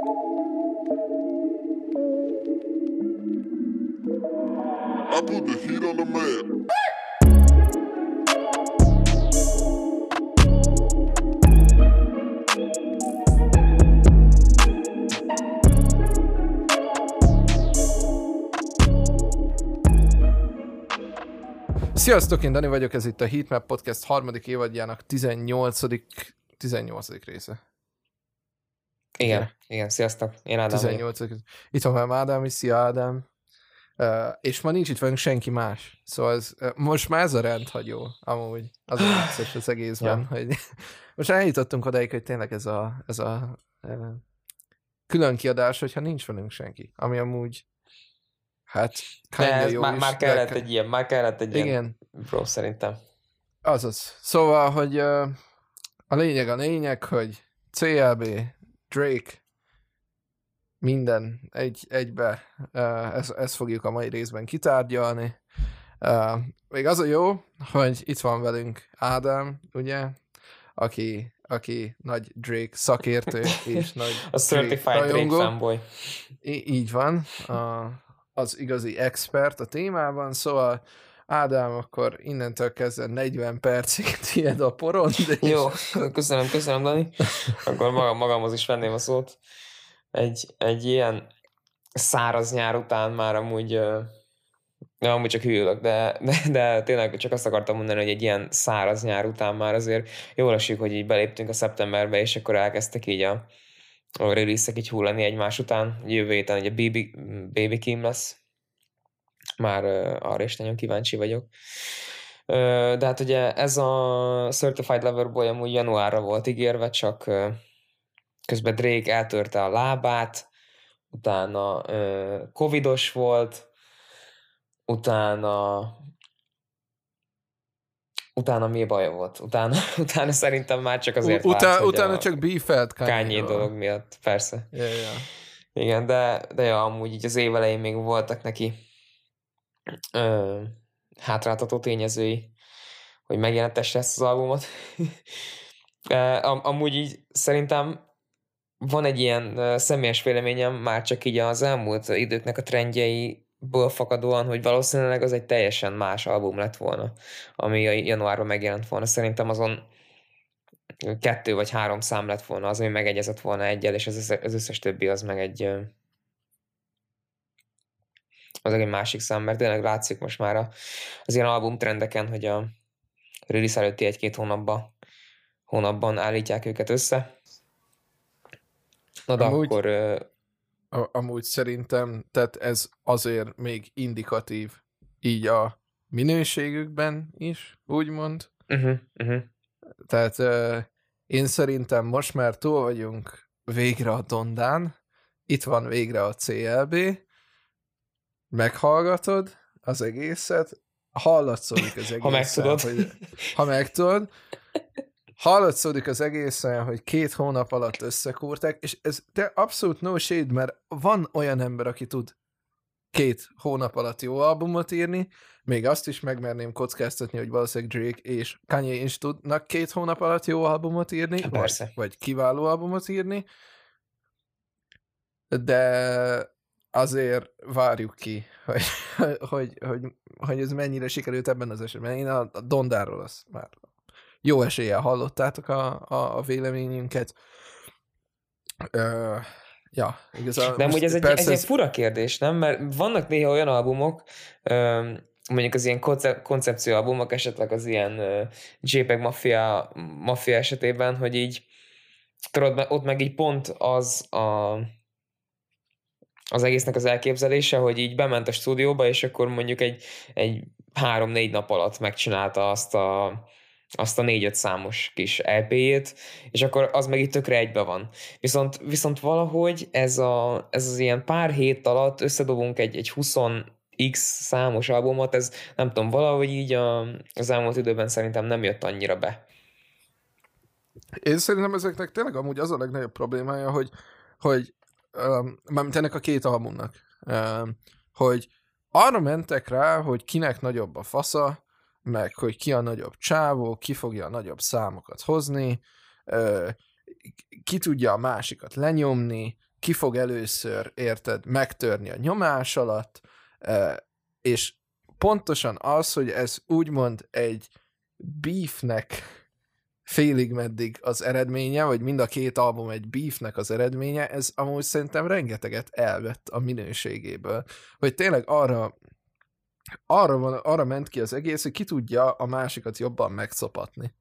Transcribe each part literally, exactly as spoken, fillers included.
I put the heat on the man. Sziasztok, én Dani vagyok, ez itt a Heatmap Podcast harmadik évadjának tizennyolcadik tizennyolcadik része. Igen, igen, igen, sziasztok, én Ádám tizennyolcadik Itt van velem Ádám is, szia Ádám. Uh, és ma nincs itt velünk senki más. Szóval ez, uh, most már ez a rendhagyó, amúgy az a vicces az egészben, ja. Hogy most eljutottunk odaig, hogy tényleg ez a, ez a uh, külön kiadás, hogyha nincs velünk senki, ami amúgy hát kinda jó már, is. már kellett de... egy ilyen, már kellett egy igen. ilyen bro, szerintem. Azaz. Szóval, hogy uh, a lényeg a lényeg, hogy cé el bé, Drake, minden egy, egybe, uh, ezt, ezt fogjuk a mai részben kitárgyalni. Uh, még az a jó, hogy itt van velünk Ádám, ugye, aki, aki nagy Drake szakértő, és nagy a Certified Drake fanboy. Í- így van, uh, az igazi expert a témában, szóval Ádám, akkor innentől kezdve negyven percig tiéd a porond. Jó, köszönöm, köszönöm, Dani. Akkor magam, magamhoz is venném a szót. Egy, egy ilyen száraz nyár után már amúgy, uh, amúgy csak hűlök, de, de, de tényleg csak azt akartam mondani, hogy egy ilyen száraz nyár után már azért jól esik, hogy így beléptünk a szeptemberbe, és akkor elkezdtek így a, a release-ek így hullani egymás után. Jövő héten ugye Baby, Baby Kim lesz. Már uh, arra is nagyon kíváncsi vagyok. Uh, de hát ugye ez a Certified Lover Boy amúgy januárra volt ígérve, csak uh, közben Drake eltörte a lábát, utána uh, covidos volt, utána utána mi baja volt? Utána, utána szerintem már csak azért Utá, vált, utána csak beefelt Kanye dolog miatt, persze. Yeah, yeah. Igen, de, de ja, amúgy így az év elején még voltak neki ö, hátráltató tényezői, hogy megjelentesse ezt az albumot. Am, amúgy így szerintem van egy ilyen személyes véleményem, már csak így az elmúlt időknek a trendjeiből fakadóan, hogy valószínűleg az egy teljesen más album lett volna, ami a januárban megjelent volna. Szerintem azon kettő vagy három szám lett volna az, ami megegyezett volna egyel, és az összes többi az meg egy az egy másik szám, mert tényleg látszik most már az ilyen albumtrendeken, hogy a release előtti egy-két hónapban, hónapban állítják őket össze. Na de amúgy, akkor... Uh... Amúgy szerintem, tehát ez azért még indikatív így a minőségükben is, úgymond. Uh-huh, uh-huh. Tehát uh, én szerintem most már túl vagyunk végre a Dondán, itt van végre a cé el bé, meghallgatod az egészet, hallatszódik az egészen, ha megtudod. Hogy, ha megtudod, hallatszódik az egészen, hogy két hónap alatt összekúrták, és ez de abszolút no shade, mert van olyan ember, aki tud két hónap alatt jó albumot írni, még azt is megmerném kockáztatni, hogy valószínűleg Drake és Kanye is tudnak két hónap alatt jó albumot írni, vagy, vagy kiváló albumot írni, de azért várjuk ki, hogy, hogy, hogy, hogy ez mennyire sikerült ebben az esetben. Én a, a Dondáról azt már jó eséllyel hallottátok a, a, a véleményünket. Ö, ja, igazán. De amúgy ez egy, ez egy fura kérdés, nem? Mert vannak néha olyan albumok, mondjuk az ilyen koncep- koncepció albumok, esetleg az ilyen jé pé e gé Mafia, Mafia esetében, hogy így tudod, ott meg így pont az a az egésznek az elképzelése, hogy így bement a stúdióba, és akkor mondjuk egy, egy három-négy nap alatt megcsinálta azt a, azt a négy-öt számos kis el pé-jét, és akkor az meg itt tökre egybe van. Viszont, viszont valahogy ez, a, ez az ilyen pár hét alatt összedobunk egy, egy húsz x számos albumot, ez nem tudom, valahogy így a, az elmúlt időben szerintem nem jött annyira be. Én szerintem ezeknek tényleg amúgy az a legnagyobb problémája, hogy, hogy um, mármint ennek a két albumnak, um, hogy arra mentek rá, hogy kinek nagyobb a fasza, meg hogy ki a nagyobb csávó, ki fogja a nagyobb számokat hozni, uh, ki tudja a másikat lenyomni, ki fog először, érted, megtörni a nyomás alatt, és pontosan az, hogy ez úgymond egy beefnek félig meddig az eredménye, vagy mind a két album egy beefnek az eredménye, ez amúgy szerintem rengeteget elvett a minőségéből. Hogy tényleg arra, arra, van, arra ment ki az egész, hogy ki tudja a másikat jobban megszopatni.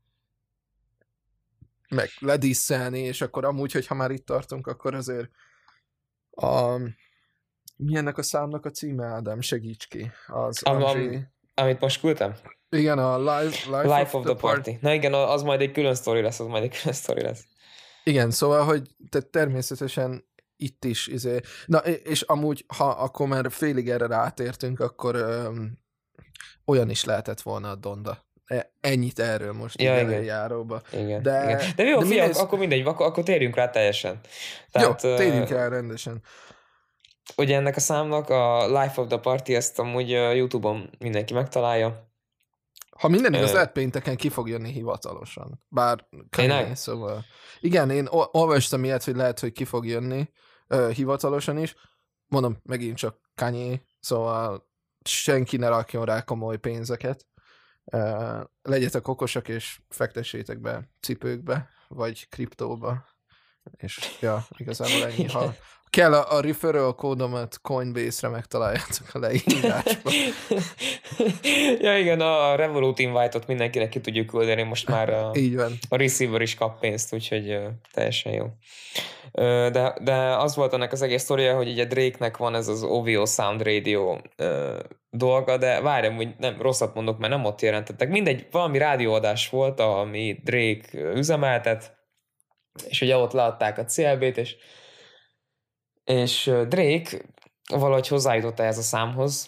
Meg ledisszelni, és akkor amúgy, hogyha már itt tartunk, akkor azért a... mi ennek a számnak a címe, Ádám? Segíts ki. Az Am, am, amit most küldtem? Igen, a Life, Life, Life of the, the Party. Party. Na igen, az majd egy külön sztori lesz, az majd egy külön sztori lesz. Igen, szóval, hogy te természetesen itt is, izé... na, és amúgy, ha akkor már félig erre rátértünk, akkor öm, olyan is lehetett volna a Donda. Ennyit erről most ja, igen. járóba. Igen, de, igen. De jó, de fiam, mindez... akkor mindegy, akkor, akkor térjünk rá teljesen. Tehát, jó, térjünk rá rendesen. Ugye ennek a számnak a Life of the Party, ezt amúgy YouTube-on mindenki megtalálja. Ha minden igaz, lehet pénteken ki fog jönni hivatalosan. Bár Kanye, szóval... Igen, én olvastam ilyet, hogy lehet, hogy ki fog jönni uh, hivatalosan is. Mondom, megint csak Kanye, szóval senki ne rakjon rá komoly pénzeket. Uh, legyetek okosak, és fektessétek be cipőkbe, vagy kriptóba. És ja, igazából ennyi. Ha kell a, a referral kódomat Coinbase-re megtaláljátok a leírásban. Ja igen, a Revolut invite-ot mindenkinek ki tudjuk küldeni, most már a, Így van. a receiver is kap pénzt, úgyhogy uh, teljesen jó. Uh, de, de az volt ennek az egész sztoria, hogy ugye Drake-nek van ez az O V O Sound Radio uh, dolga, de várjam, hogy nem rosszat mondok, mert nem ott jelentettek. Mindegy, valami rádióadás volt, ami Drake üzemeltet, és ugye ott leadták a cé el bé-t, és, és Drake valahogy hozzájutott ez a számhoz,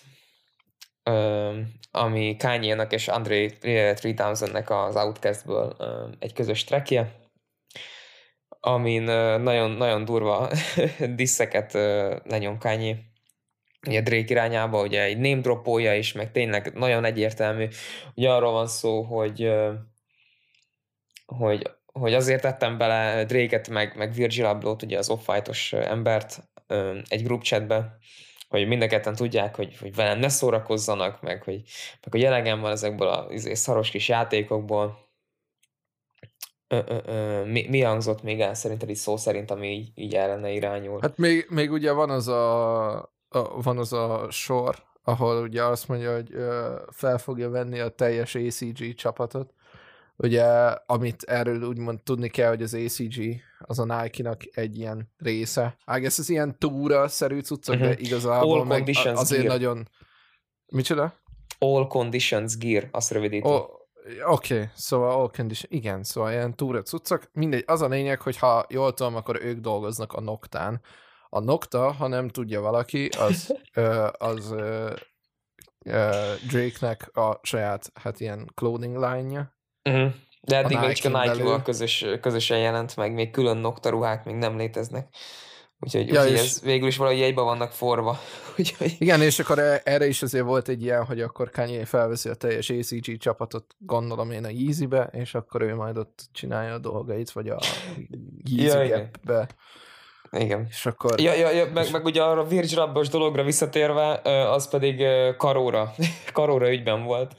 ami Kanye-nak és Andre three thousand-nek az Outkastből egy közös trackje, amin nagyon, nagyon durva disszeket lenyom Kanye ugye Drake irányába, ugye egy name dropolja is, meg tényleg nagyon egyértelmű. Ugye arról van szó, hogy hogy hogy azért tettem bele Drake-et, meg, meg Virgil Abloh-t, ugye az off-fightos embert egy group chatbe, hogy mind a ketten tudják, hogy, hogy velem ne szórakozzanak, meg hogy, meg hogy elegem van ezekből a izé, szaros kis játékokból. Ö, ö, ö, mi, mi hangzott még el szerinted így szó szerint, ami így, így ellene irányul? Hát még, még ugye van az a, a, van az a sor, ahol ugye azt mondja, hogy ö, fel fogja venni a teljes á cé gé csapatot. Ugye, amit erről úgymond tudni kell, hogy az á cé gé az a Nike-nak egy ilyen része. Ágesz, ez ilyen túra-szerű cuccok, uh-huh. de igazából All meg azért gear. Nagyon... Micsoda? All Conditions Gear, azt rövidítve. Oh, Oké, okay. Szóval all condition, igen, szóval ilyen túra cuccok. Mindegy, az a lényeg, hogy ha jól tudom, akkor ők dolgoznak a Noctán. A Nocta, ha nem tudja valaki, az, ö, az ö, ö, Drake-nek a saját, hát ilyen clothing line-ja. Uh-huh. De eddig még csak a Nike-val közös, közösen jelent meg, még külön Nocta ruhák még nem léteznek. Úgyhogy, ja, úgyhogy ez végül is valahogy egybe vannak forva. Úgyhogy... Igen, és akkor erre is azért volt egy ilyen, hogy akkor Kanye felveszi a teljes á cé gé csapatot, gondolom én a Yeezy-be, és akkor ő majd ott csinálja a dolgait, vagy a Yeezy ja, Gap-be. Igen. És akkor... Ja, ja, ja meg, meg ugye arra a Virgil Abloh dologra visszatérve, az pedig Karóra, Karóra ügyben volt.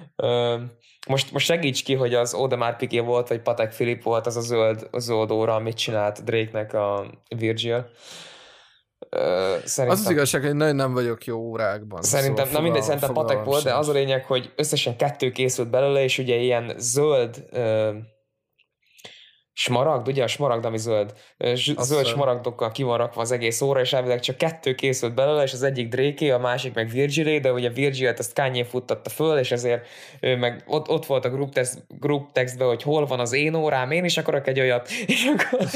Most, most segíts ki, hogy az Audemars Piguet volt, vagy Patek Philippe volt az a zöld, a zöld óra, amit csinált Drake-nek a Virgil. Szerintem, az az igazság, hogy nagyon nem vagyok jó órákban. Szerintem, szóval na mindegy, szerintem Patek volt, de az a lényeg, hogy összesen kettő készült belőle, és ugye ilyen zöld uh, smaragd, ugye a smaragd, ami zöld, zöld Aztán. smaragdokkal ki van rakva az egész óra, és elvileg csak kettő készült belőle, és az egyik Drake-é, a másik meg Virgilé, de ugye Virgilt ezt Kanye futtatta föl, és ezért ő meg ott, ott volt a group, text, group textben, hogy hol van az én órám, én is akarok egy olyat, és akkor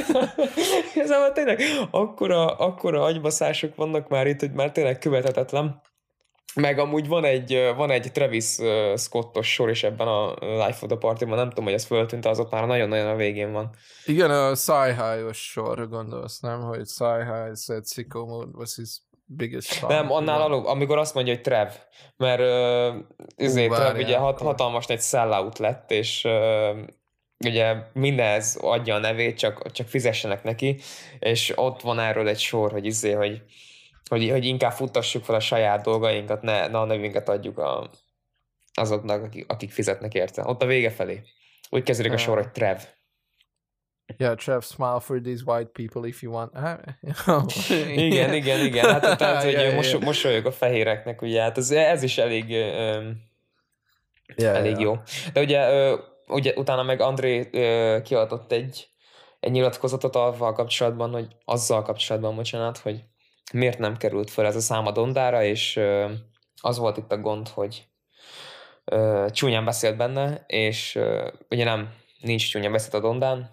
ez tényleg akkora, akkora agybaszások vannak már itt, hogy már tényleg követhetetlen. Meg amúgy van egy, van egy Travis Scottos sor is ebben a Life of the Party-ban, nem tudom, hogy ez föltűnt, az ott már nagyon-nagyon a végén van. Igen, a Sci-High-os sorra gondolsz, nem? Hogy Sci-High said Sicko Mode was his biggest fan. Nem, annál alul, amikor azt mondja, hogy Trev, mert uh, ezért Trev ugye hat, hatalmas egy sellout lett, és uh, ugye mindenhez adja a nevét, csak, csak fizessenek neki, és ott van erről egy sor, hogy izé, hogy, hogy, hogy inkább futtassuk fel a saját dolgainkat, ne, ne a nevünket adjuk a, azoknak, akik, akik fizetnek érte. Ott a vége felé. Úgy kezdődik a sor, hogy Trev. Yeah, Trev, smile for these white people if you want. igen, igen, igen. Hát tehát, hogy yeah, yeah, mos- yeah. mosolyog a fehéreknek, ugye, hát ez, ez is elég, um, yeah, elég yeah. jó. De ugye, uh, ugye utána meg André uh, kiadott egy, egy nyilatkozatot avval kapcsolatban, hogy azzal kapcsolatban, bocsánat, hogy miért nem került fel ez a szám a Dondára, és uh, az volt itt a gond, hogy uh, csúnyán beszélt benne, és uh, ugye nem, nincs csúnyán beszélt a Dondán,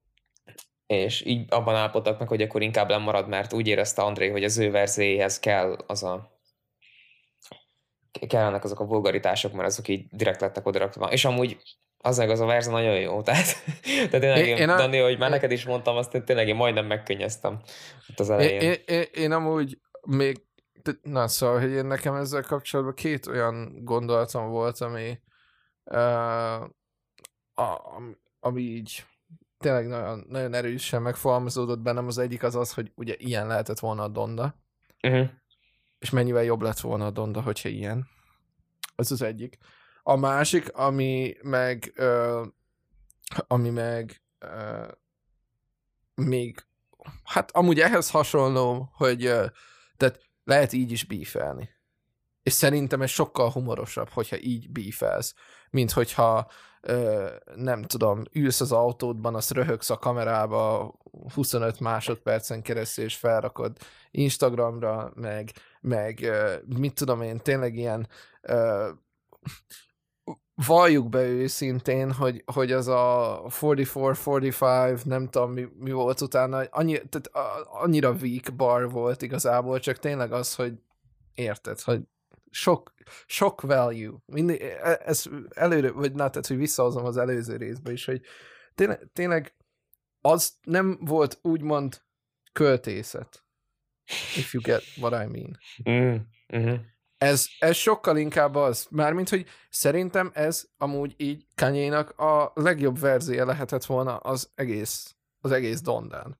és így abban állapodtak meg, hogy akkor inkább lemarad, mert úgy érezte André, hogy az ő verzéhez kell az a kellenek azok a vulgaritások, mert azok így direkt lettek odarakva. És amúgy az meg az a verze nagyon jó, tehát, tehát tényleg én, én a, Dani, hogy már én, neked is mondtam, azt én tényleg én majdnem megkönnyeztem ott az elején. Én, én, én, én amúgy még, na szóval, hogy én nekem ezzel kapcsolatban két olyan gondolatom volt, ami uh, a, ami így tényleg nagyon, nagyon erősen megfogalmazódott bennem. Az egyik az az, hogy ugye ilyen lehetett volna a Donda, uh-huh. és mennyivel jobb lett volna a Donda, hogyha ilyen. Ez az egyik. A másik, ami meg uh, ami meg uh, még hát amúgy ehhez hasonló, hogy uh, tehát lehet így is bífelni. És szerintem ez sokkal humorosabb, hogyha így bífelsz, mint hogyha uh, nem tudom, ülsz az autódban, azt röhögsz a kamerába huszonöt másodpercen keresztül, és felrakod Instagramra, meg, meg uh, mit tudom én, tényleg ilyen uh, valljuk be őszintén, hogy, hogy az a negyvennégy, negyvenöt, nem tudom mi, mi volt utána, annyi, tehát annyira weak bar volt igazából, csak tényleg az, hogy érted, hogy sok, sok value. Mindig, ez előre, vagy na, tehát, hogy visszahozom az előző részbe is, hogy tényleg, tényleg az nem volt úgymond költészet. If you get what I mean. Mm, uh-huh. Ez, ez sokkal inkább az, mármint, hogy szerintem ez amúgy így Kanye-nak a legjobb verziója lehetett volna az egész, az egész Dondán.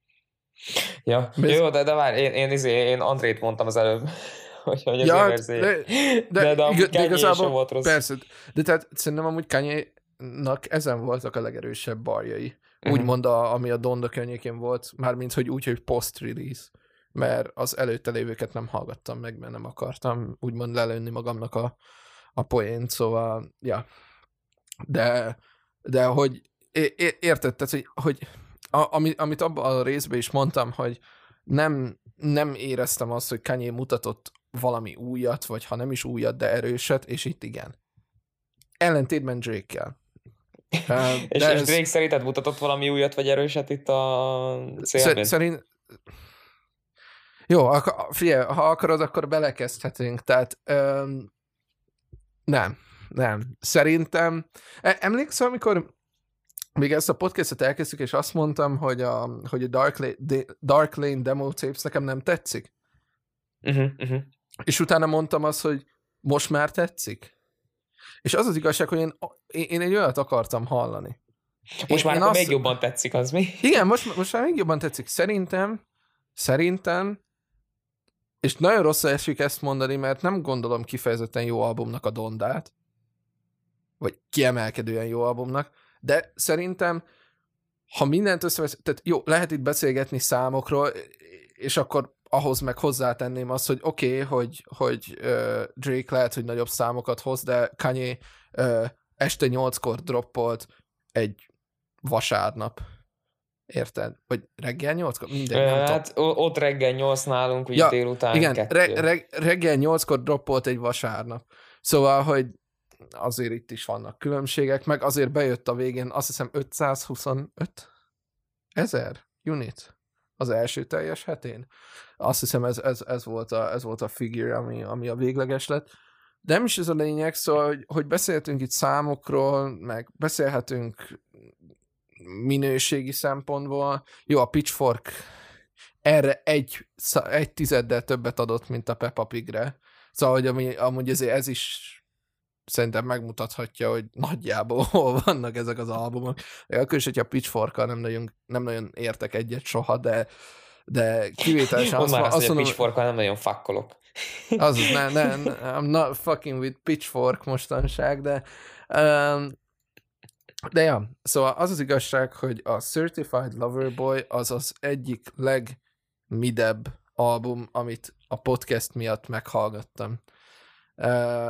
Ja, Biz... jó, de, de várj, én, én, én, én Andrét mondtam az előbb, hogy, hogy az ja, ő verzió. De, de, de, de amúgy de igazából, volt rossz. Persze, de tehát szerintem amúgy Kanye-nak ezen voltak a legerősebb barjai. Uh-huh. Úgymond, a, ami a Donda környékén volt, mármint, hogy úgy, hogy post-release. Mert az előtte lévőket nem hallgattam meg, mert nem akartam úgymond lelőni magamnak a, a poént, szóval, ja. De, de hogy é- érted, tehát, hogy, hogy a, ami, amit abban a részben is mondtam, hogy nem, nem éreztem azt, hogy Kanye mutatott valami újat, vagy ha nem is újat, de erőset, és itt igen. Ellentétben Drake-kel. Uh, és, és ez... Drake szerinted mutatott valami újat, vagy erőset itt a célben? Szerint... Jó, ak- figyelj, ha akarod, akkor belekezdhetünk. Tehát öm, nem, nem. Szerintem, emlékszel, amikor még ezt a podcastot elkezdtük, és azt mondtam, hogy a, hogy a Dark, Lane, Dark Lane demo tapes nekem nem tetszik? Uh-huh, uh-huh. És utána mondtam azt, hogy most már tetszik? És az az igazság, hogy én, én egy olyat akartam hallani. Most én, már én azt... még jobban tetszik, az mi? Igen, most, most már még jobban tetszik. Szerintem, szerintem és nagyon rossz esik ezt mondani, mert nem gondolom kifejezetten jó albumnak a Dondát, vagy kiemelkedően jó albumnak, de szerintem, ha mindent összevesz, tehát jó, lehet itt beszélgetni számokról, és akkor ahhoz meg hozzátenném azt, hogy oké, okay, hogy, hogy uh, Drake lehet, hogy nagyobb számokat hoz, de Kanye uh, este nyolckor droppolt egy vasárnap. Érted? Vagy reggel nyolckor? Mindegy, nem hát tudom. Ott reggel nyolc nálunk, ugye ja, délután igen, kettő. Re- re- reggel nyolckor droppolt egy vasárnap. Szóval, hogy azért itt is vannak különbségek, meg azért bejött a végén, azt hiszem ötszázhuszonöt ezer unit az első teljes hetén. Azt hiszem ez, ez, ez, volt, a, ez volt a figure, ami, ami a végleges lett. De nem is ez a lényeg, szóval, hogy, hogy beszéltünk itt számokról, meg beszélhetünk minőségi szempontból. Jó, a Pitchfork erre egy, egy tizeddel többet adott, mint a Peppa Pigre. Szóval, hogy ami, amúgy ezért ez is szerintem megmutathatja, hogy nagyjából hol vannak ezek az albumok. Akkor is, hogyha Pitchforkkal nem nagyon, nem nagyon értek egyet soha, de, de kivételesen Mondd azt, már azt, azt hogy a mondom, Pitchforkkal nem nagyon fakkolok. azaz, ne, ne, ne, I'm not fucking with Pitchfork mostanság, de um, de ja, szóval az az igazság, hogy a Certified Lover Boy az az egyik legmidebb album, amit a podcast miatt meghallgattam. Uh,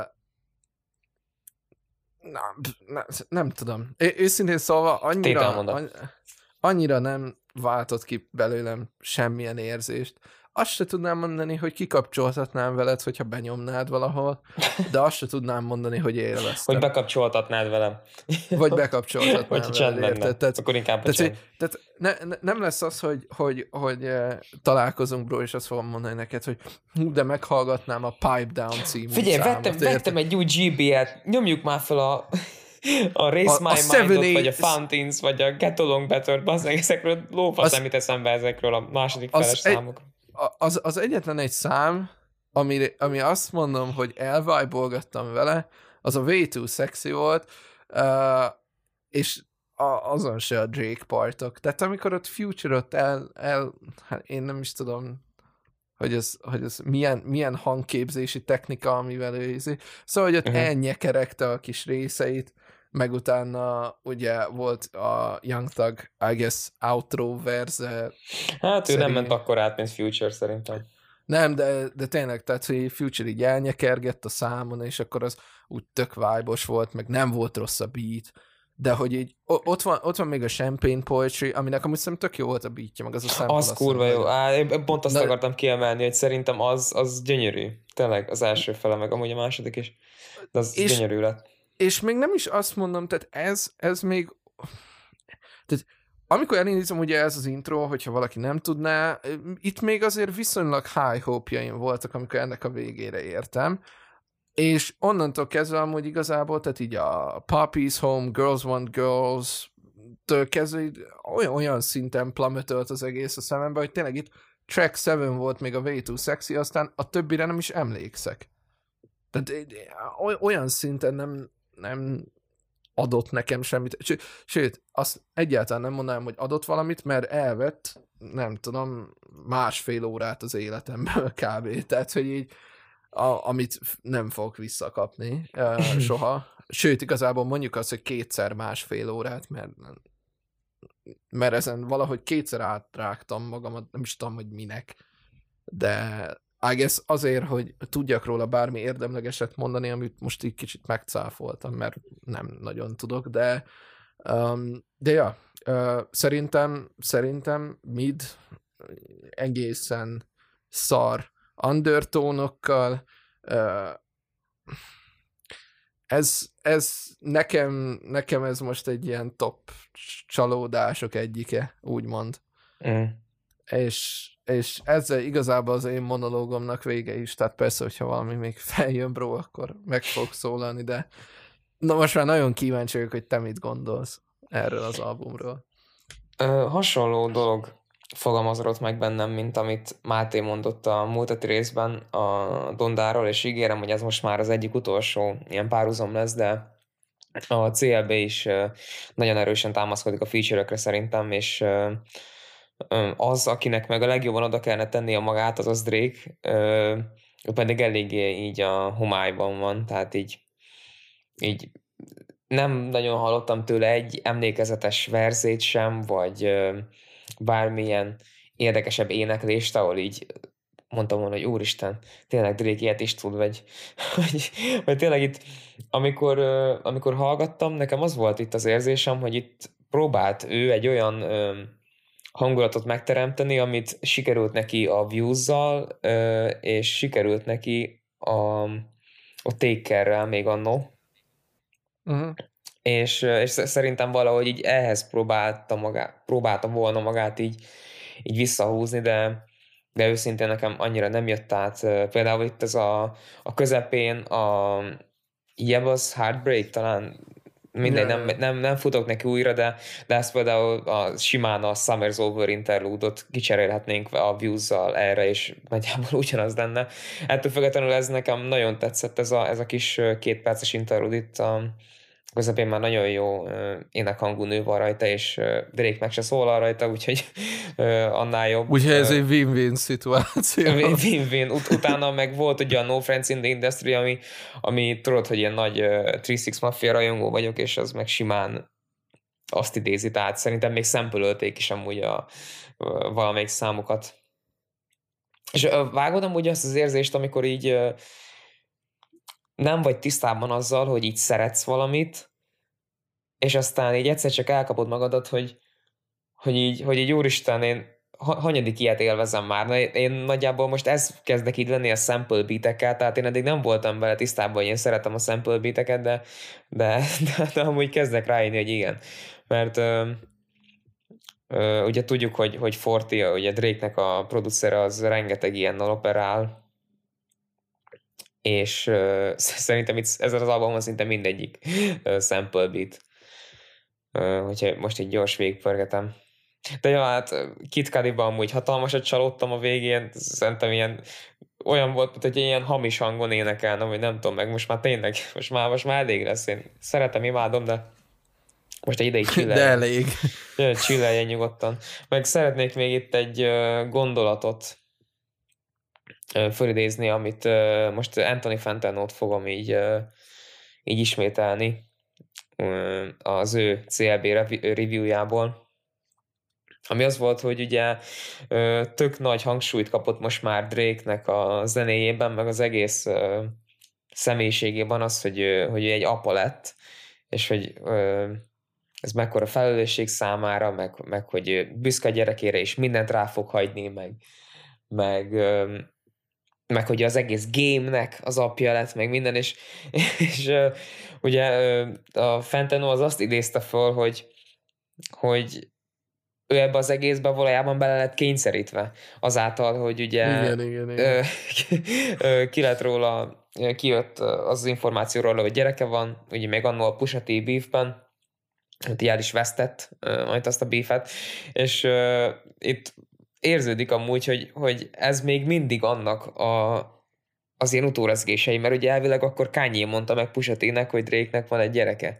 na, na, nem tudom. É- őszintén szólva annyira, an, annyira nem váltott ki belőlem semmilyen érzést. Azt se tudnám mondani, hogy kikapcsolhatnám veled, hogyha benyomnád valahol, de azt se tudnám mondani, hogy élveztem. Hogy bekapcsoltatnád velem. Vagy bekapcsolhatnám Vagy veled, érted? Tehát, akkor inkább a tehát, tehát ne, ne, nem lesz az, hogy, hogy, hogy uh, találkozunk, bro, és azt fogom mondani neked, hogy hú, de meghallgatnám a Pipe Down című Figyelj, számot, vettem, érted? vettem egy új gé bé-et, nyomjuk már fel a... A Race A- a My seven Mindot, eight vagy a Fountains, vagy a Get Along Better, bazdmeg, ezekről lófasz Az- nem jut eszembe ezekről a második az feles egy- számok. A- Az, az egyetlen egy szám, ami, ami azt mondom, hogy elvibolgattam vele, az a Way Too Sexy volt, uh, és a, azon se a Drake partok. Tehát amikor ott Future ott el, el hát én nem is tudom, hogy ez, hogy ez milyen, milyen hangképzési technika, amivel ő ízi. Szóval, hogy ott Uh-huh. elnyekeregte a kis részeit, meg utána ugye volt a Young Thug, I guess, outro verze. Hát ő Szerint- nem ment akkor át, mint Future szerintem. Nem, de, de tényleg, tehát, hogy Future így elnyekergett a számon, és akkor az úgy tök vibe-os volt, meg nem volt rossz a beat, de hogy így, o- ott van, ott van még a Champagne Poetry, aminek amúgy szerintem tök jó volt a beatja, meg az a sample. Az azt kurva hiszem, jó. hogy- Á, én pont azt Na- akartam kiemelni, hogy szerintem az, az gyönyörű. Tényleg az első fele, meg amúgy a második is. De az És- gyönyörű lett. És még nem is azt mondom, tehát ez, ez még... Tehát amikor elindítom ugye ez az intro, hogyha valaki nem tudná, itt még azért viszonylag high hope-jaim voltak, amikor ennek a végére értem, és onnantól kezdve amúgy igazából, tehát így a Puppies Home, Girls Want Girls től kezdve így olyan, olyan szinten plummetölt az egész a szemembe, hogy tényleg itt track seven volt még a Way Too Sexy, aztán a többire nem is emlékszek. Tehát így oly- olyan szinten nem, nem adott nekem semmit. Ső- Sőt, azt egyáltalán nem mondanám, hogy adott valamit, mert elvett, nem tudom, másfél órát az életemből kb. Tehát, hogy így, a, amit nem fogok visszakapni uh, soha. Sőt, igazából mondjuk azt, hogy kétszer másfél órát, mert, mert ezen valahogy kétszer átrágtam magamat, nem is tudom, hogy minek. De I guess azért, hogy tudjak róla bármi érdemlegeset mondani, amit most így kicsit megcáfoltam, mert nem nagyon tudok, de um, de ja, uh, szerintem szerintem mid egészen szar undertónokkal, uh, ez, ez nekem, nekem ez most egy ilyen top csalódások egyike, úgymond. Mm. És, és ezzel igazából az én monológomnak vége is, tehát persze, hogyha valami még feljön, bro, akkor meg fog szólalni, de na most már nagyon kíváncsi vagyok, hogy te mit gondolsz erről az albumról. Ö, hasonló dolog fogalmazódott meg bennem, mint amit Máté mondott a múlt heti részben a Dondáról, és ígérem, hogy ez most már az egyik utolsó ilyen párhuzam lesz, de a cé el bé is ö, nagyon erősen támaszkodik a feature-ökre szerintem, és ö, ö, az, akinek meg a legjobban oda kellene tennie magát, az az Drake, ö, ő pedig eléggé így a homályban van, tehát így, így nem nagyon hallottam tőle egy emlékezetes verzét sem, vagy ö, bármilyen érdekesebb éneklést, ahol így mondtam volna, hogy úristen, tényleg Drake ilyet is tud, vagy, vagy, vagy tényleg itt, amikor, ö, amikor hallgattam, nekem az volt itt az érzésem, hogy itt próbált ő egy olyan ö, hangulatot megteremteni, amit sikerült neki a Views-zal, ö, és sikerült neki a, a Takerrel még annó, Uh-huh. és, és szerintem valahogy így ehhez próbálta, magát, próbálta volna magát így, így visszahúzni, de, de őszintén nekem annyira nem jött át. Például itt ez a, a közepén a Yebba's Heartbreak, talán mindegy, Ja, nem, ja. nem, nem futok neki újra, de, de ezt például a, simán a Summer's Over interlude-ot kicserélhetnénk a Views-zal erre, és nagyjából ugyanaz lenne. Ettől függetlenül ez nekem nagyon tetszett, ez a, ez a kis két perces interlude itt a közepén már nagyon jó énekhangú nő van rajta, és Drake meg se szólal rajta, úgyhogy annál jobb. Úgyhogy ez egy win-win szituáció. Win-win. Ut- utána meg volt ugye a No Friends in the Industry, ami, ami tudod, hogy ilyen nagy uh, három hat Mafia rajongó vagyok, és az meg simán azt idézi, tehát szerintem még szempölölték is amúgy a, uh, valamelyik számokat. És uh, vágod amúgy azt az érzést, amikor így uh, nem vagy tisztában azzal, hogy így szeretsz valamit, és aztán így egyszer csak elkapod magadat, hogy, hogy így, hogy így úristen, én hanyadik ilyet élvezem már. Na, én nagyjából most ez kezdek így lenni a sample beatekkel, tehát én eddig nem voltam vele tisztában, hogy én szeretem a sample beateket, de, de, de, de amúgy kezdek ráírni, hogy igen. Mert ö, ö, ugye tudjuk, hogy, hogy Forty, ugye Drake-nek a producere az rengeteg ilyennel operál, és ö, szerintem itt ezzel az albumon szinte mindegyik ö, sample beat. Ö, hogyha most így gyors végigpörgetem. De jó, hát Kid Cudiban amúgy hatalmasat csalódtam a végén, szerintem ilyen olyan volt, mint hogy ilyen hamis hangon énekelnem, vagy nem tudom meg, most már tényleg, most már, most már elég lesz, én szeretem, imádom, de most egy ideig chilleljen. De elég. Chilleljen nyugodtan. Meg szeretnék még itt egy gondolatot fölidézni, amit most Anthony Fantanót fogom így, így ismételni az ő cé el bé reviewjából, ami az volt, hogy ugye tök nagy hangsúlyt kapott most már Drake-nek a zenéjében, meg az egész személyiségében az, hogy, hogy egy apa lett, és hogy ez mekkora felelősség számára, meg, meg hogy büszke a gyerekére, és mindent rá fog hagyni, meg, meg, meg hogy az egész game-nek az apja lett, meg minden, és, és ugye a Fentanyl az azt idézte föl, hogy, hogy ő ebbe az egészbe valójában bele lett kényszerítve. Azáltal, hogy ugye igen, igen, igen. ki lett róla, kijött az, az információ róla, hogy gyereke van, ugye még annól a Pusha T beefben, hogy el is vesztett majd azt a beefet, és uh, itt érződik amúgy, hogy, hogy ez még mindig annak a, az ilyen utórezgései, mert ugye elvileg akkor Kanye mondta meg Pusha T-nek, hogy Drake-nek van egy gyereke.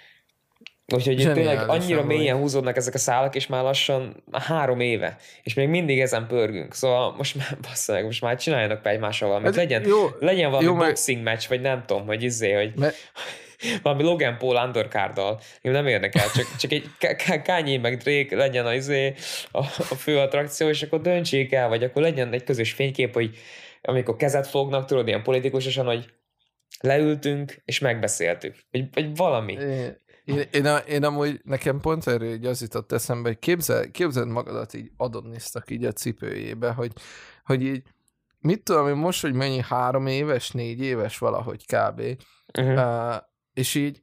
Úgyhogy itt tényleg annyira mélyen húzódnak ezek a szálak, és már lassan három éve, és még mindig ezen pörgünk. Szóval most már, bassza meg, most már csináljanak be egymással valamit. Legyen, jó, legyen valami jó, boxing mert... meccs, vagy nem tudom, hogy izzé, hogy mert... valami Logan Paul undercarddal. Én nem érdekel, csak, csak egy Kanye meg Drake legyen a, izé, a, a fő attrakció, és akkor döntsék el, vagy akkor legyen egy közös fénykép, hogy amikor kezet fognak, tudod, ilyen politikusosan, hogy leültünk, és megbeszéltük. Vagy, vagy valami. É. Én, én, a, én amúgy, nekem pont erről így az jutott eszembe, hogy képzel, képzeld magadat így Adonisnak így a cipőjébe, hogy, hogy így, mit tudom én most, hogy mennyi három éves, négy éves valahogy kb. Uh-huh. Uh, és így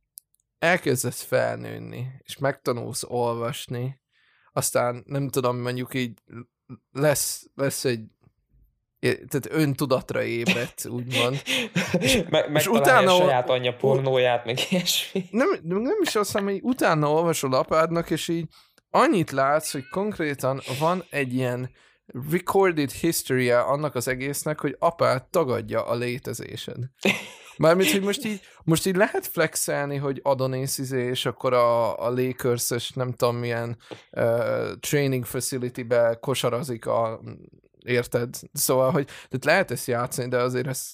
elkezdesz felnőni, és megtanulsz olvasni, aztán nem tudom, mondjuk így lesz, lesz egy tehát öntudatra ébredt, úgymond. Meg, és utána a saját anyja pornóját, meg ilyesmi. Nem, nem is azt hiszem, hogy utána olvasol apádnak, és így annyit látsz, hogy konkrétan van egy ilyen recorded history-je annak az egésznek, hogy apád tagadja a létezésed. Mármint, hogy most így, most így lehet flexelni, hogy Adonis izé, és akkor a, a Lakers-es nem tudom milyen uh, training facility-be kosarazik a érted? Szóval, hogy tehát lehet ezt játszani, de azért ez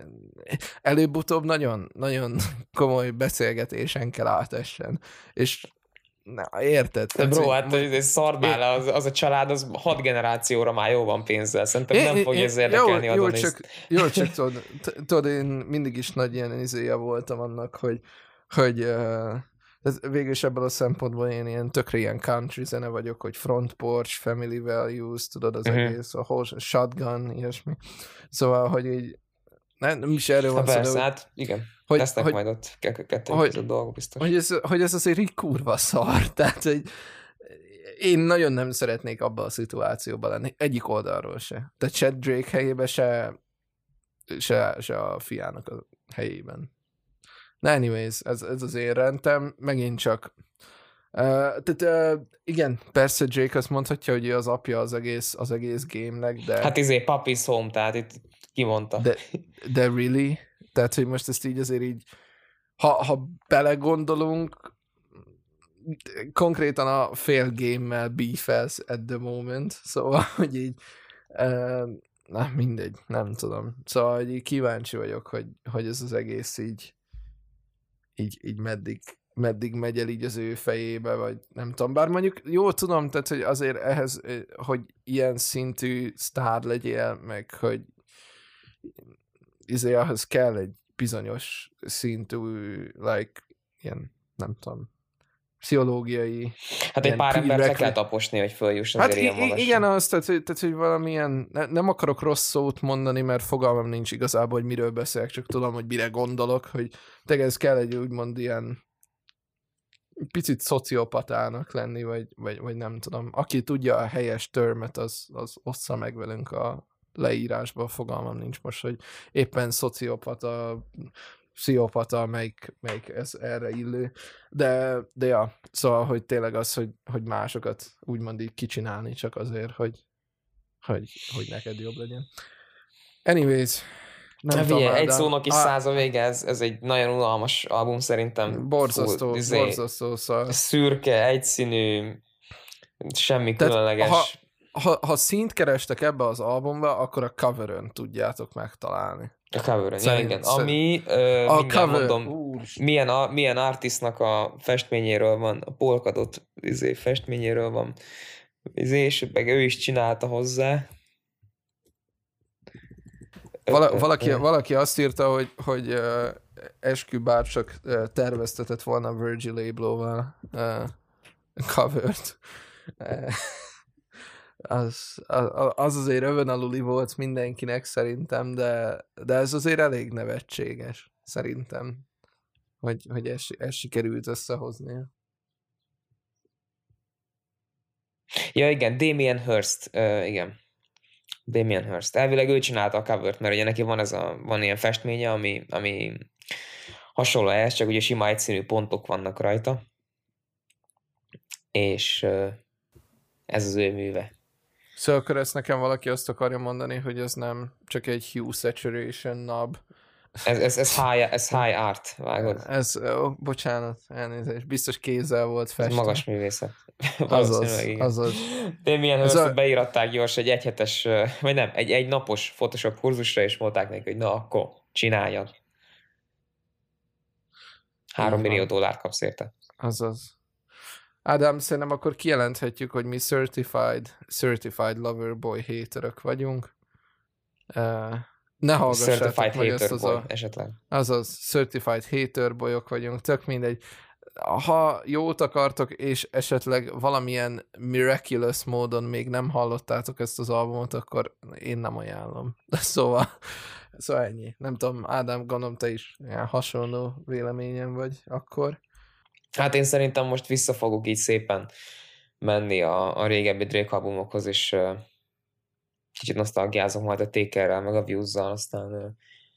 előbb-utóbb nagyon, nagyon komoly beszélgetésen kell átessen. És na, érted? De bro, hát ez szarmál, az, az a család, az hat generációra már jó van pénzzel. Szerintem nem fogja ez érdekelni Adoniszt. Jó, csak, jó, csak tudod, tudod, én mindig is nagy ilyen izéje voltam annak, hogy, hogy uh, végül is ebből a szempontból én ilyen tökre ilyen country zene vagyok, hogy front porch, family values, tudod az uh-huh. egész, a whole shotgun, ilyesmi. Szóval, hogy így nem, nem is erről van szó. Persze, hát igen. Hogy, lesznek hogy, majd ott kettőjük között dolgok biztos. Hogy ez, hogy ez azért így kurva szar. Tehát, hogy én nagyon nem szeretnék abba a szituációban lenni. Egyik oldalról se. Tehát se Drake helyében, se, se, se a fiának a helyében. Na anyways, ez, ez az én rendem, megint csak Uh, tehát uh, igen, persze Jake azt mondhatja, hogy ő az apja az egész, az egész game-nek, de... Hát izé, Papi's Home, tehát itt kimondta. De, de really? Tehát, hogy most ezt így azért így, ha, ha belegondolunk, konkrétan a fél game-mel beefelsz at the moment, szóval, hogy így, uh, na mindegy, nem tudom. Szóval, hogy így kíváncsi vagyok, hogy, hogy ez az egész így, így, így meddig, meddig megy el így az ő fejébe, vagy nem tudom. Bár mondjuk jól tudom, tehát, hogy azért ehhez, hogy ilyen szintű sztár legyél, meg hogy izé, ahhoz kell egy bizonyos szintű, like, ilyen, nem tudom, pszichológiai... Hát egy pár embert le kell taposni, hogy följuss azért hát ilyen i- magasan. igen, az, tehát, tehát, hogy valamilyen, ne, nem akarok rossz szót mondani, mert fogalmam nincs igazából, hogy miről beszélek, csak tudom, hogy mire gondolok, hogy tényleg ez kell egy úgymond ilyen picit szociopatának lenni, vagy, vagy, vagy nem tudom. Aki tudja a helyes termet, az, az ossza meg velünk a leírásban, fogalmam nincs most, hogy éppen szociopata, pszichopata, melyik, melyik ez erre illő. De, de ja, szóval, hogy tényleg az, hogy, hogy másokat úgymond így kicsinálni csak azért, hogy, hogy, hogy neked jobb legyen. Anyways, nem tudom, tudom, egy de... szónak is a... száz a vége, ez, ez egy nagyon unalmas album szerintem. Borzasztó, Fú, izé, borzasztó, szóval... Szürke, egyszínű, semmi Tehát különleges. Ha, ha, ha színt kerestek ebbe az albumba, akkor a cover-ön tudjátok megtalálni. A cover-ön, ja, igen. Szerint- Ami, ö, A mindjárt cover, mondom, úristen. milyen, a, milyen artistnak a festményéről van, a Polkadot izé, festményéről van, izé, és meg ő is csinálta hozzá. Vala, valaki, valaki azt írta, hogy, hogy uh, eskü bár csak uh, terveztetett volna Virgil Abloh-val uh, covert. Uh, az, az, az azért övön aluli volt mindenkinek szerintem, de, de ez azért elég nevetséges szerintem, hogy, hogy ez, ez sikerült összehozni. Ja, igen, Damien Hirst, uh, igen. Damien Hirst. Elvileg ő csinálta a covert, mert ugye neki van, ez a, van ilyen festménye, ami, ami hasonló ehhez, csak ugye sima egyszínű pontok vannak rajta. És uh, ez az ő műve. Szóval akkor ezt nekem valaki azt akarja mondani, hogy ez nem csak egy hue saturation knob. Ez, ez, ez, high, ez high art, vágod? Ez, ó, bocsánat, elnézést, biztos kézzel volt Ez festve. magas művészet. Azaz, azaz. Damien Ez Hirstet a- beíratták gyors egy egyhetes, vagy nem, egy, egy napos Photoshop kurzusra, és mondták neki, hogy na akkor csináljad. Három Így van. millió dollár kapsz érte. Azaz. Ádám, szerintem akkor kijelenthetjük, hogy mi certified, certified lover boy haterök vagyunk. Uh, ne hallgassátok Certified meg ezt hater az boy, a... esetleg. Azaz, certified hater bolyok vagyunk, tök mindegy. Ha jót akartok, és esetleg valamilyen miraculous módon még nem hallottátok ezt az albumot, akkor én nem ajánlom. Szóval, szóval ennyi. Nem tudom, Ádám, gondolom te is ilyen hasonló véleményen vagy akkor. Hát én szerintem most vissza fogok így szépen menni a, a régebbi Drake albumokhoz, és uh, kicsit nosztalgiázok majd a Takerrel, meg a Views-zal, aztán uh,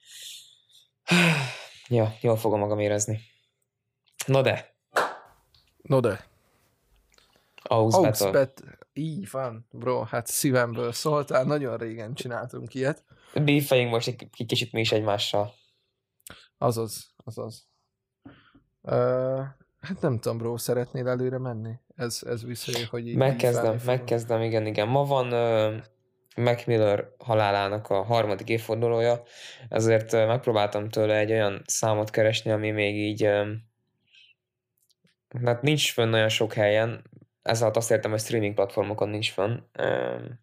ja, jól fogom magam érezni. Na de, No de. Aux Battle. Augsbet, így van, bro, hát szívemből szóltál, nagyon régen csináltunk ilyet. Beefeljünk most egy k- kicsit mi is egymással. Azaz, azaz. Uh, hát nem tudom, bro, szeretnél előre menni? Ez, ez visszajön, hogy így Megkezdem, beefelni fogunk. megkezdem, igen, igen. Ma van uh, Mac Miller halálának a harmadik évfordulója, ezért uh, megpróbáltam tőle egy olyan számot keresni, ami még így um, hát nincs fönn nagyon sok helyen, ezzel azt értem, hogy streaming platformokon nincs fönn. Um,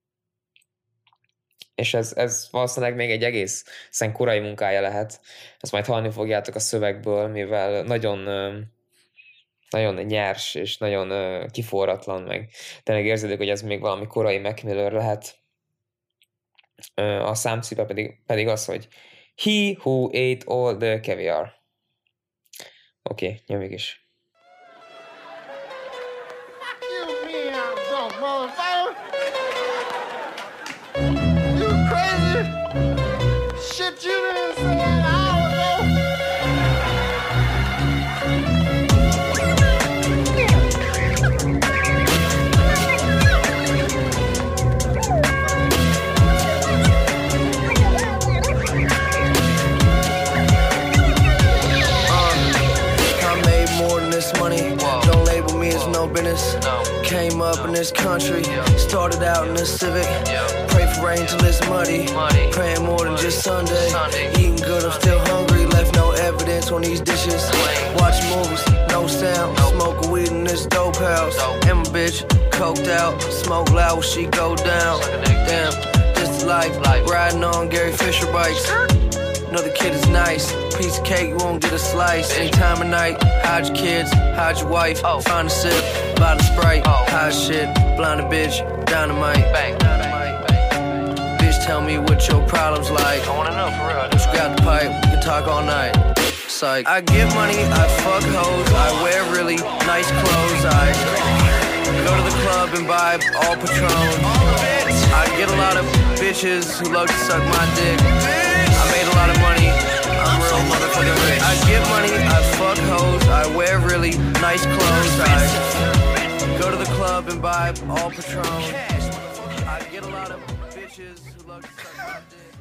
és ez, ez valószínűleg még egy egész szent korai munkája lehet. Ezt majd hallani fogjátok a szövegből, mivel nagyon, um, nagyon nyers és nagyon uh, kiforratlan, meg tényleg érződik, hogy ez még valami korai Mac Miller lehet. Uh, a számcíme pedig, pedig az, hogy He who ate all the caviar. Oké, okay, nyomjuk is. You mean I'm dumb, motherfucker? You crazy? Shit you didn't say an hour ago. country. Started out in a Civic. Pray for rain till it's muddy. Praying more than just Sunday. Eating good, I'm still hungry. Left no evidence on these dishes. Watch movies, no sound. Smoke weed in this dope house. And my bitch coked out. Smoke loud when she go down. Damn, this is life. Riding on Gary Fisher bikes. Know the kid is nice. Piece of cake, you won't get a slice. Any time of night, hide your kids, hide your wife. Find a sip, buy the Sprite. Hide shit, blind a bitch, dynamite. Bitch, tell me what your problem's like. I wanna know for real. Once you got the pipe, we can talk all night. Psych. I get money, I fuck hoes. I wear really nice clothes. I go to the club and buy all Patron. I get a lot of bitches who love to suck my dick. I made a lot of money, I'm real motherfucking rich. I get money, I fuck hoes, I wear really nice clothes. I go to the club and buy all Patron. I get a lot of bitches who love to suck my dick.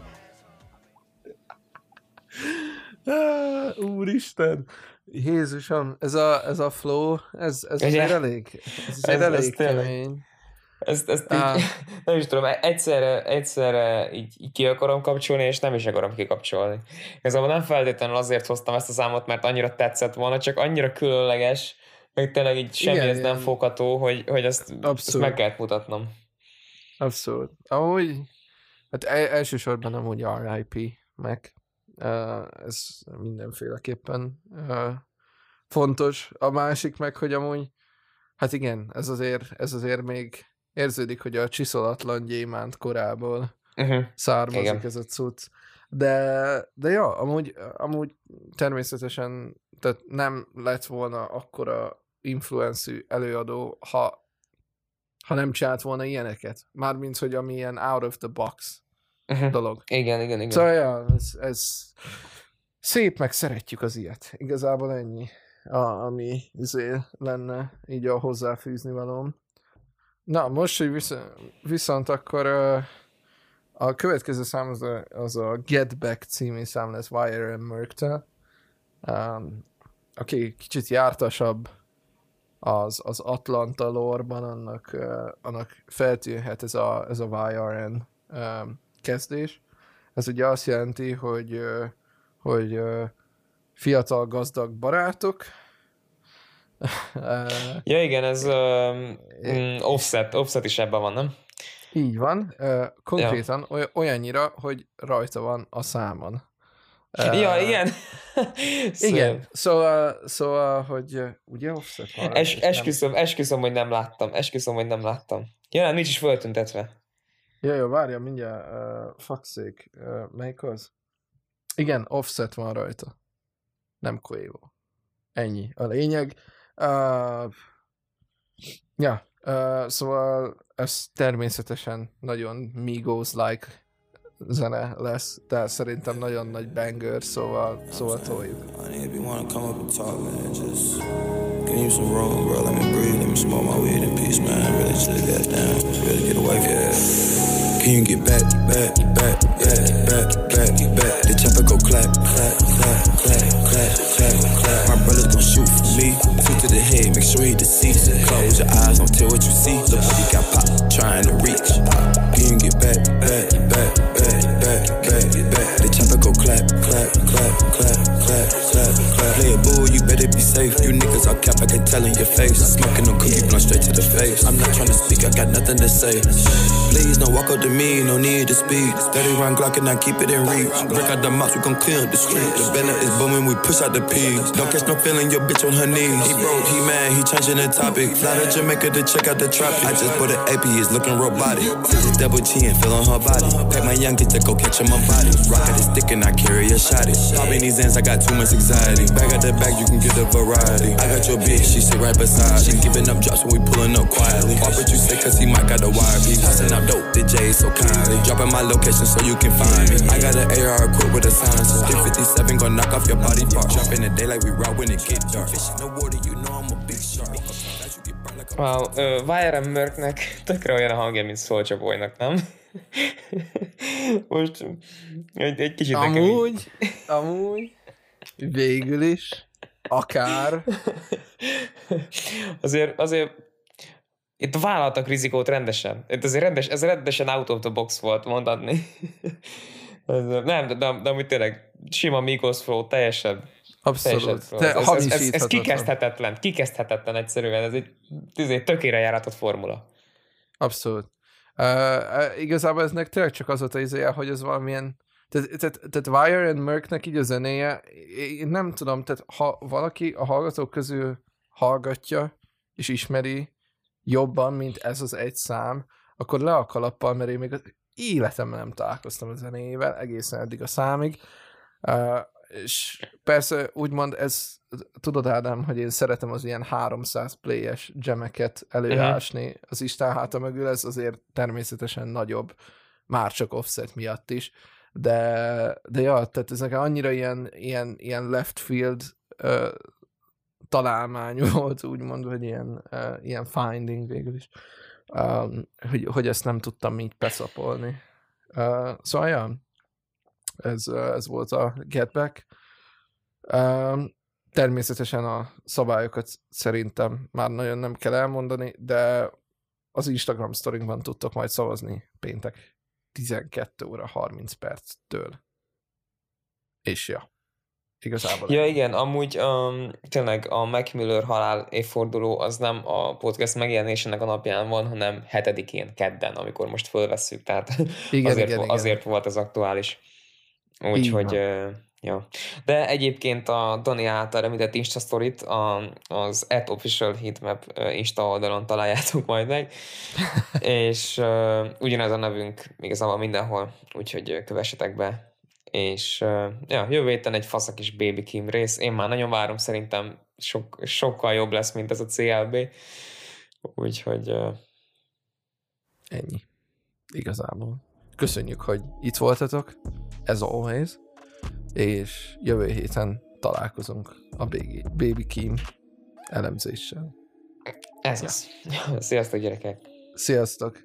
Ah, úristen! Jézusom, ez a, ez a flow, ez, ez azért elég, ez azért Ez- ez elég tényleg. kemény. Ezt, ezt Á. így, nem is tudom, egyszerre, egyszerre így, így ki akarom kapcsolni, és nem is akarom kikapcsolni. Igazából nem feltétlenül azért hoztam ezt a számot, mert annyira tetszett volna, csak annyira különleges, meg tényleg így semmihez Igen, nem ilyen- fogható, hogy, hogy ezt, ezt Abszolút. meg kellett mutatnom. Abszolút. Amúgy, hát el, elsősorban amúgy er i pé meg. Uh, ez mindenféleképpen uh, fontos. A másik meg, hogy amúgy, hát igen, ez azért, ez azért még érződik, hogy a csiszolatlan gyémánt korából Uh-huh. származik Igen. ez a cucc. De, de ja, amúgy, amúgy természetesen tehát nem lett volna akkora influencű előadó, ha, ha nem csinált volna ilyeneket. Mármint, hogy ami ilyen out of the box Uh-huh. dolog. Igen, igen, igen. Szóval ja, ez, ez szép, meg szeretjük az ilyet. Igazából ennyi, a, ami izé lenne így a hozzáfűzni valóm. Na, most, hogy visz, viszont akkor uh, a következő szám az a, az a Get Back című szám lesz Wire and Merc-től. Um, aki kicsit jártasabb az, az Atlanta lore-ban, annak, uh, annak feltűnhet ez a, ez a Wire and um, kezdés. Ez ugye azt jelenti, hogy, uh, hogy uh, fiatal gazdag barátok. uh, Ja, igen, ez um, mm, offset, offset is ebben van, nem? Így van. Uh, konkrétan ja. oly- olyannyira, hogy rajta van a számon. Uh, Ja, igen. Szép. Igen. Szóval, szóval, hogy uh, ugye offset van. Es, és nem- esküszöm, esküszöm, hogy nem láttam. Esküszöm, hogy nem láttam. Ja, nem, nincs is föltüntetve. Ja, jó, várja, mindjárt. Uh, fuckszék. Uh, melyik az? Igen, offset van rajta. Nem Quavo. Ennyi a lényeg. Uh, ja, uh, szóval ez természetesen nagyon Migos-like zene lesz, de szerintem nagyon nagy banger, szóval, szóval toljuk. Honey, if you wanna come up and talk, man, just give me some room, bro. Let me breathe, let me smoke my weed in peace, man. Really just get down, really get away from it. Can you get back, back, back, back, back, back, back? The chopper go clap, clap, clap, clap, clap, clap, clap. My brother's gon' shoot for me. Shoot to the head, make sure he deceased. Close your eyes, don't tell what you see. The buddy got popped, trying to reach. Can you get back, back, back, back, back, back, back? The chopper go clap, clap, clap, clap, clap, clap, clap. Play a bull, you better be safe. You niggas all cap, I can tell in your face. Smoking on cookie blunt straight to the face. I'm not trying to speak, I got nothing to say. Please don't walk up to me, no need to speak. Steady round Glock and I keep it in reach. Break out the mouse, we gon' clear up the street. The banner is booming, we push out the peas. Don't catch no feeling, your bitch on her knees. He broke, he mad, he changing the topic. Fly to Jamaica to check out the tropic. I just bought an A P, it's looking robotic. Just double G and feel on her body. Pack my young kids to go catch on my body. Rock at the stick and I carry a shot it. Popping these ends, I got too much anxiety. Back at the back, you can get a variety. I got your bitch, she sit right beside. She giving up drops when we pulling up quietly. Why would you say cause he might got the wire piece? Passing out dope, the J so kindly. Dropping my location so you can find me. I got an A R equipped with a silencer. three fifty-seven gon' knock off your body part. Jump in the daylight, we rock when it get dark. Fish in the water, you know I'm a big shark. Wow, uh, Wire and Merc-nek tökre olyan a hangja, mint Soulja Boynak, nem? Most egy, egy kicsit nekem így- Amúgy, amúgy, végül is, akár, azért, azért itt vállaltak rizikót rendesen. Itt azért rendes, ez rendesen out of the box volt, mondhatni. ez, nem, de, de, de amúgy tényleg sima Migos Flow, teljesen Abszolút. Teljesen, Te ez, ez, ez, ez, ez hamisíthatatlan. kikezdhetetlen, kikezdhetetlen egyszerűen. Ez egy, egy tökére járatott formula. Abszolút. Uh, igazából eznek tényleg csak az volt az izéje, hogy ez valamilyen... Tehát, tehát, tehát Wire and Mercknek így a zenéje, én nem tudom, tehát ha valaki a hallgatók közül hallgatja és ismeri jobban, mint ez az egy szám, akkor le a kalappal, mert én még az életemben nem találkoztam a zenéjével, egészen eddig a számig. Uh, és persze úgymond ez, tudod Ádám, hogy én szeretem az ilyen háromszáz playes jameket előásni uh-huh. az Isten háta mögül, ez azért természetesen nagyobb, már csak Offset miatt is, de, de ja, tehát ez nekem annyira ilyen, ilyen, ilyen left field uh, találmány volt, úgymond, hogy ilyen, uh, ilyen finding végül is, um, hogy, hogy ezt nem tudtam így beszapolni. Uh, szóval ja, ez, ez volt a Get Back. Um, természetesen a szabályokat szerintem már nagyon nem kell elmondani, de az Instagram sztorinkban tudtok majd szavazni péntek tizenkét óra harminc perctől. És ja, igazából. Ja igen, amúgy um, tényleg a Mac Miller halál évforduló az nem a podcast megjelenésének a napján van, hanem hetedikén, kedden, amikor most fölvesszük, tehát igen, azért, igen, azért igen. volt ez aktuális. Úgyhogy, uh, ja. De egyébként a Dani által említett Insta sztorit a, az at official heatmap Insta oldalon találjátok majd meg, és uh, ugyanez a nevünk igazából mindenhol, úgyhogy kövessetek be. És uh, ja, jövő héten egy fasz a kis Baby Kim rész. Én már nagyon várom, szerintem sok, sokkal jobb lesz, mint ez a cé el bé. Úgyhogy... Uh... Ennyi. Igazából. Köszönjük, hogy itt voltatok, as always, és jövő héten találkozunk a Baby Kim elemzéssel. Ez az. Sziasztok, gyerekek! Sziasztok!